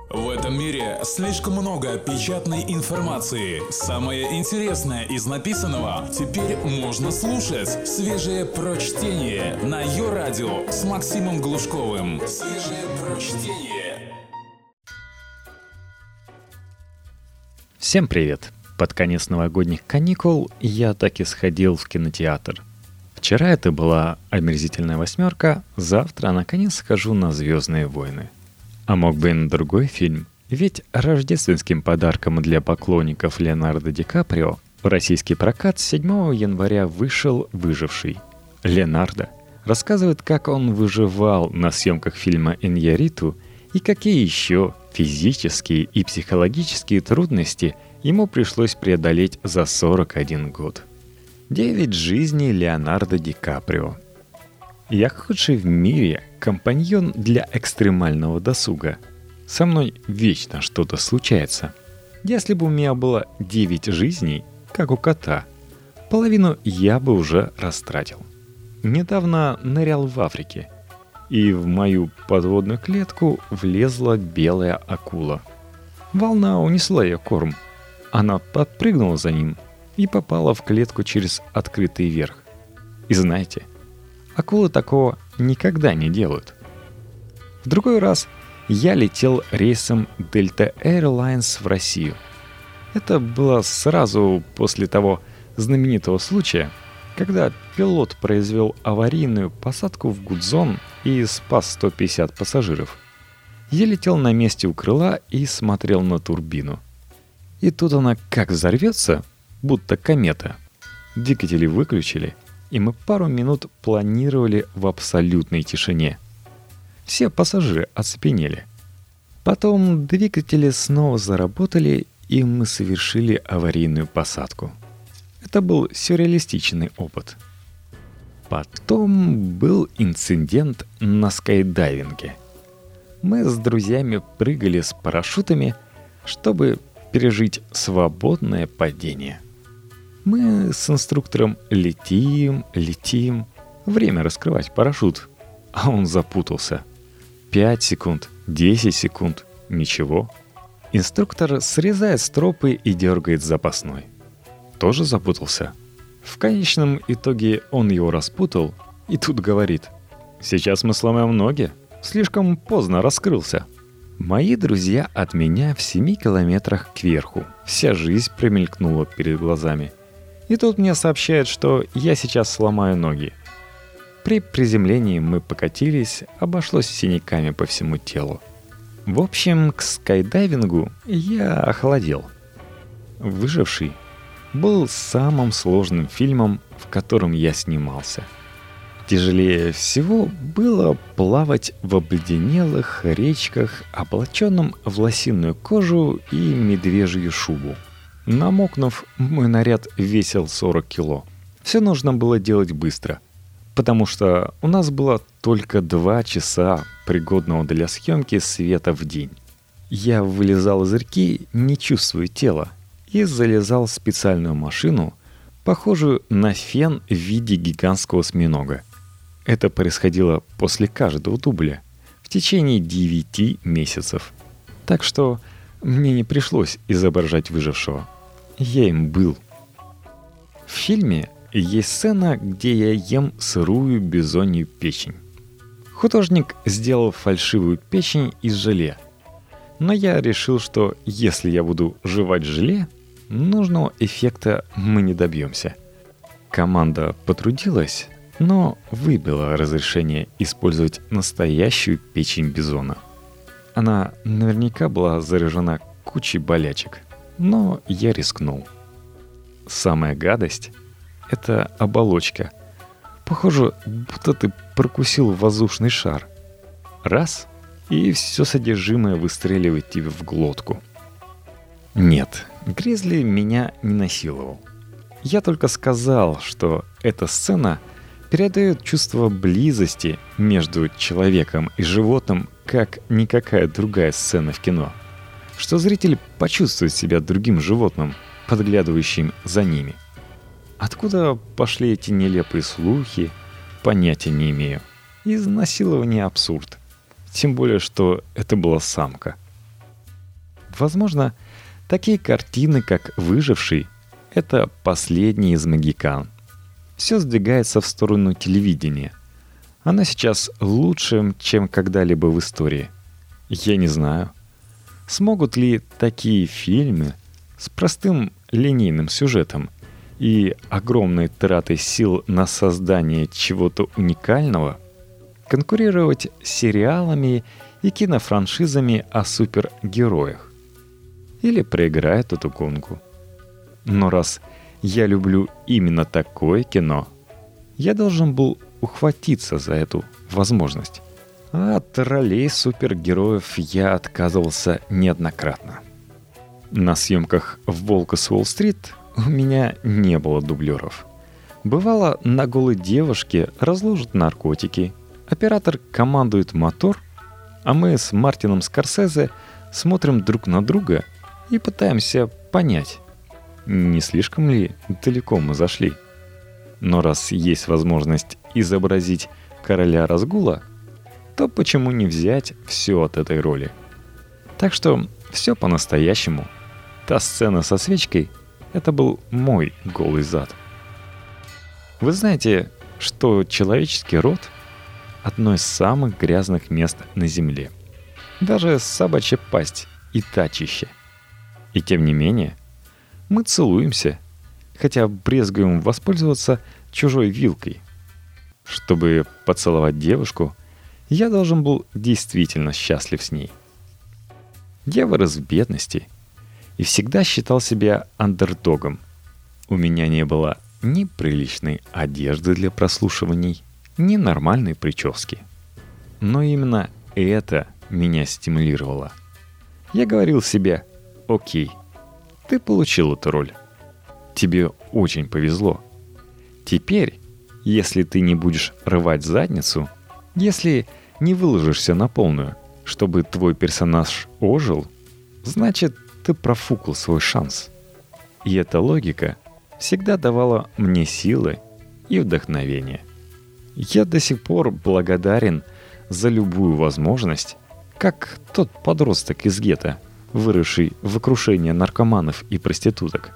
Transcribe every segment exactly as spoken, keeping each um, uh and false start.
В этом мире слишком много печатной информации. Самое интересное из написанного теперь можно слушать. Свежее прочтение на Йо-Радио с Максимом Глушковым. Свежее прочтение. Всем привет! Под конец новогодних каникул я так и сходил в кинотеатр. Вчера это была «Омерзительная восьмерка», завтра наконец схожу на «Звездные войны». А мог бы и на другой фильм, ведь рождественским подарком для поклонников Леонардо Ди Каприо в российский прокат седьмого января вышел «Выживший». Леонардо рассказывает, как он выживал на съемках фильма «Иньярриту» и какие еще физические и психологические трудности ему пришлось преодолеть за сорок один год. Девять жизней Леонардо Ди Каприо. Я худший в мире компаньон для экстремального досуга. Со мной вечно что-то случается. Если бы у меня было девять жизней, как у кота, половину я бы уже растратил. Недавно нырял в Африке, и в мою подводную клетку влезла белая акула. Волна унесла ее корм. Она подпрыгнула за ним и попала в клетку через открытый верх. И знаете, акулы такого никогда не делают. В другой раз я летел рейсом Delta Airlines в Россию. Это было сразу после того знаменитого случая, когда пилот произвел аварийную посадку в Гудзон и спас сто пятьдесят пассажиров. Я летел на месте у крыла и смотрел на турбину. И тут она как взорвется, будто комета. Двигатели выключили, и мы пару минут планировали в абсолютной тишине. Все пассажиры оцепенели. Потом двигатели снова заработали, и мы совершили аварийную посадку. Это был сюрреалистичный опыт. Потом был инцидент на скайдайвинге. Мы с друзьями прыгали с парашютами, чтобы пережить свободное падение. Мы с инструктором летим, летим. Время раскрывать парашют. А он запутался. Пять секунд, десять секунд. Ничего. Инструктор срезает стропы и дергает запасной. Тоже запутался. В конечном итоге он его распутал и тут говорит: «Сейчас мы сломаем ноги. Слишком поздно раскрылся». Мои друзья от меня в семи километрах кверху. Вся жизнь промелькнула перед глазами. И тут мне сообщают, что я сейчас сломаю ноги. При приземлении мы покатились, обошлось синяками по всему телу. В общем, к скайдайвингу я охладел. «Выживший» был самым сложным фильмом, в котором я снимался. Тяжелее всего было плавать в обледенелых речках, облаченном в лосиную кожу и медвежью шубу. Намокнув, мой наряд весил сорок кило. Все нужно было делать быстро, потому что у нас было только два часа пригодного для съемки света в день. Я вылезал из реки, не чувствуя тела, и залезал в специальную машину, похожую на фен в виде гигантского осьминога. Это происходило после каждого дубля в течение девяти месяцев. Так что мне не пришлось изображать выжившего. Я им был. В фильме есть сцена, где я ем сырую бизонью печень. Художник сделал фальшивую печень из желе. Но я решил, что если я буду жевать желе, нужного эффекта мы не добьемся. Команда потрудилась, но выбила разрешение использовать настоящую печень бизона. Она наверняка была заражена кучей болячек, но я рискнул. Самая гадость — это оболочка. Похоже, будто ты прокусил воздушный шар. Раз — и все содержимое выстреливает тебе в глотку. Нет, Гризли меня не насиловал. Я только сказал, что эта сцена передает чувство близости между человеком и животным, как никакая другая сцена в кино. Что зритель почувствует себя другим животным, подглядывающим за ними. Откуда пошли эти нелепые слухи, понятия не имею. Изнасилование абсурд. Тем более, что это была самка. Возможно, такие картины, как «Выживший», — это последний из могикан. Все сдвигается в сторону телевидения. Оно сейчас лучше, чем когда-либо в истории. Я не знаю, смогут ли такие фильмы с простым линейным сюжетом и огромной тратой сил на создание чего-то уникального конкурировать с сериалами и кинофраншизами о супергероях. Или проиграют эту гонку. Но раз я люблю именно такое кино, я должен был ухватиться за эту возможность. А от ролей супергероев я отказывался неоднократно. На съемках «Волка с Уолл-стрит» у меня не было дублеров. Бывало, на голой девушке разложат наркотики, оператор командует мотор, а мы с Мартином Скорсезе смотрим друг на друга и пытаемся понять, не слишком ли далеко мы зашли. Но раз есть возможность изобразить короля разгула, то почему не взять все от этой роли? Так что все по-настоящему. Та сцена со свечкой — это был мой голый зад. Вы знаете, что человеческий рот — одно из самых грязных мест на земле. Даже собачья пасть и та чище. И тем не менее, мы целуемся, хотя брезгуем воспользоваться чужой вилкой. Чтобы поцеловать девушку, я должен был действительно счастлив с ней. Я вырос в бедности и всегда считал себя андердогом. У меня не было ни приличной одежды для прослушиваний, ни нормальной прически. Но именно это меня стимулировало. Я говорил себе: «Окей, ты получил эту роль. Тебе очень повезло. Теперь, если ты не будешь рвать задницу, если не выложишься на полную, чтобы твой персонаж ожил, значит, ты профукал свой шанс». И эта логика всегда давала мне силы и вдохновение. Я до сих пор благодарен за любую возможность, как тот подросток из гетто, выросший в окружении наркоманов и проституток.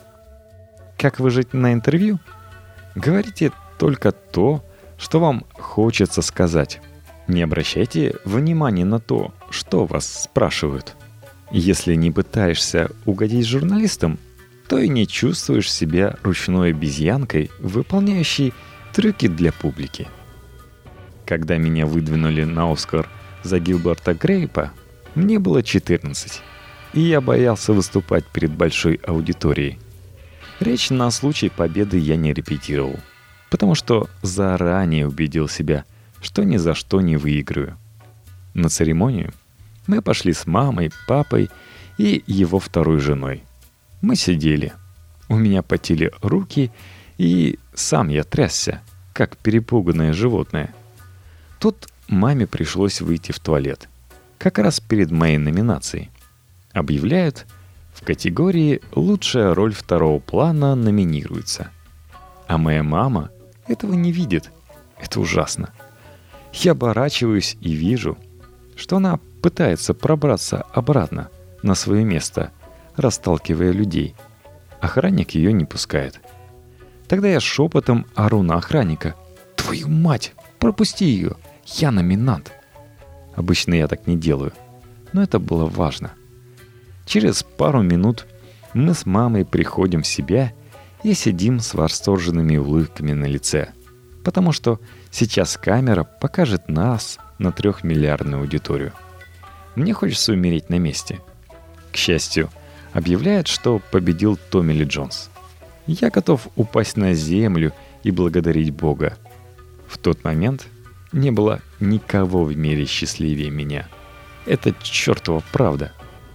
Как выжить на интервью? Говорите только то, что вам хочется сказать. Не обращайте внимания на то, что вас спрашивают. Если не пытаешься угодить журналистам, то и не чувствуешь себя ручной обезьянкой, выполняющей трюки для публики. Когда меня выдвинули на Оскар за Гилберта Грейпа, мне было четырнадцать, и я боялся выступать перед большой аудиторией. Речь на случай победы я не репетировал, потому что заранее убедил себя, что ни за что не выиграю. На церемонию мы пошли с мамой, папой и его второй женой. Мы сидели. У меня потели руки, и сам я трясся, как перепуганное животное. Тут маме пришлось выйти в туалет. Как раз перед моей номинацией. Объявляют, в категории «Лучшая роль второго плана» номинируется. А моя мама этого не видит. Это ужасно. Я оборачиваюсь и вижу, что она пытается пробраться обратно на свое место, расталкивая людей. Охранник ее не пускает. Тогда я шепотом ору на охранника: «Твою мать, пропусти ее, я номинант!» Обычно я так не делаю, но это было важно. Через пару минут мы с мамой приходим в себя и сидим с восторженными улыбками на лице, потому что сейчас камера покажет нас на трехмиллиардную аудиторию. Мне хочется умереть на месте. К счастью, объявляют, что победил Томми Ли Джонс. Я готов упасть на землю и благодарить Бога. В тот момент не было никого в мире счастливее меня. Это чертова правда.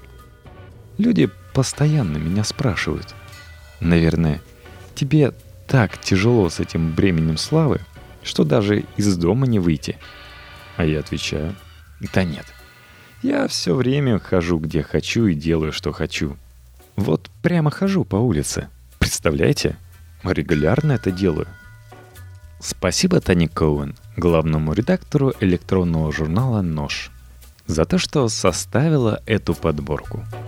Люди постоянно меня спрашивают: «Наверное, тебе так тяжело с этим бременем славы, что даже из дома не выйти?» А я отвечаю: «Да нет. Я все время хожу где хочу и делаю, что хочу. Вот прямо хожу по улице. Представляете? Регулярно это делаю». Спасибо Тане Коуэн, главному редактору электронного журнала «Нож», за то, что составила эту подборку.